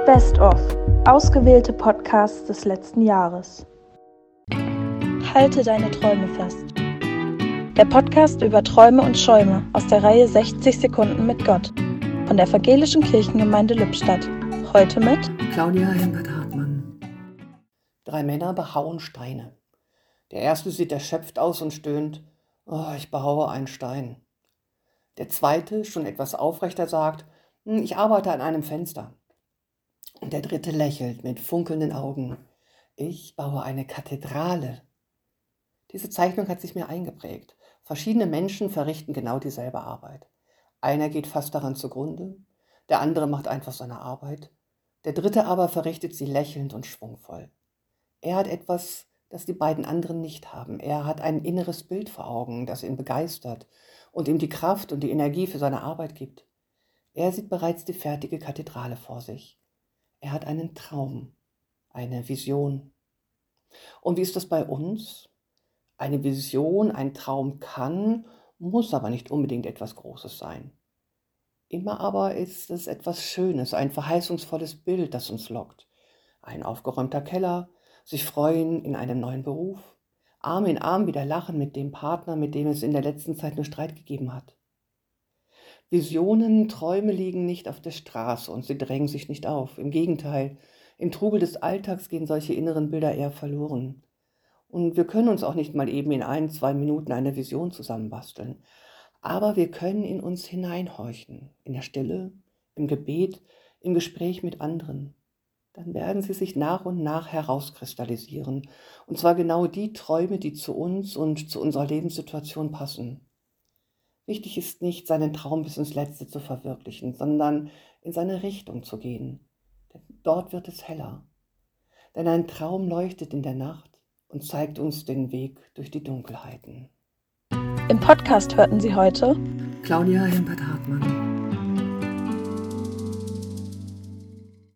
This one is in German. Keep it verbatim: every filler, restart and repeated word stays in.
Best of. Ausgewählte Podcasts des letzten Jahres. Halte deine Träume fest. Der Podcast über Träume und Schäume aus der Reihe sechzig Sekunden mit Gott von der Evangelischen Kirchengemeinde Lippstadt. Heute mit Claudia Hempert-Hartmann. Drei Männer behauen Steine. Der erste sieht erschöpft aus und stöhnt: Oh, ich behaue einen Stein. Der zweite, schon etwas aufrechter, sagt: Ich arbeite an einem Fenster. Und der dritte lächelt mit funkelnden Augen: Ich baue eine Kathedrale. Diese Zeichnung hat sich mir eingeprägt. Verschiedene Menschen verrichten genau dieselbe Arbeit. Einer geht fast daran zugrunde, der andere macht einfach seine Arbeit, der dritte aber verrichtet sie lächelnd und schwungvoll. Er hat etwas, das die beiden anderen nicht haben. Er hat ein inneres Bild vor Augen, das ihn begeistert und ihm die Kraft und die Energie für seine Arbeit gibt. Er sieht bereits die fertige Kathedrale vor sich. Er hat einen Traum, eine Vision. Und wie ist das bei uns? Eine Vision, ein Traum kann, muss aber nicht unbedingt etwas Großes sein. Immer aber ist es etwas Schönes, ein verheißungsvolles Bild, das uns lockt. Ein aufgeräumter Keller, sich freuen in einem neuen Beruf, Arm in Arm wieder lachen mit dem Partner, mit dem es in der letzten Zeit nur Streit gegeben hat. Visionen, Träume liegen nicht auf der Straße und sie drängen sich nicht auf. Im Gegenteil, im Trubel des Alltags gehen solche inneren Bilder eher verloren. Und wir können uns auch nicht mal eben in ein, zwei Minuten eine Vision zusammenbasteln. Aber wir können in uns hineinhorchen, in der Stille, im Gebet, im Gespräch mit anderen. Dann werden sie sich nach und nach herauskristallisieren. Und zwar genau die Träume, die zu uns und zu unserer Lebenssituation passen. Wichtig ist nicht, seinen Traum bis ins Letzte zu verwirklichen, sondern in seine Richtung zu gehen. Denn dort wird es heller. Denn ein Traum leuchtet in der Nacht und zeigt uns den Weg durch die Dunkelheiten. Im Podcast hörten Sie heute Claudia Hempert-Hartmann.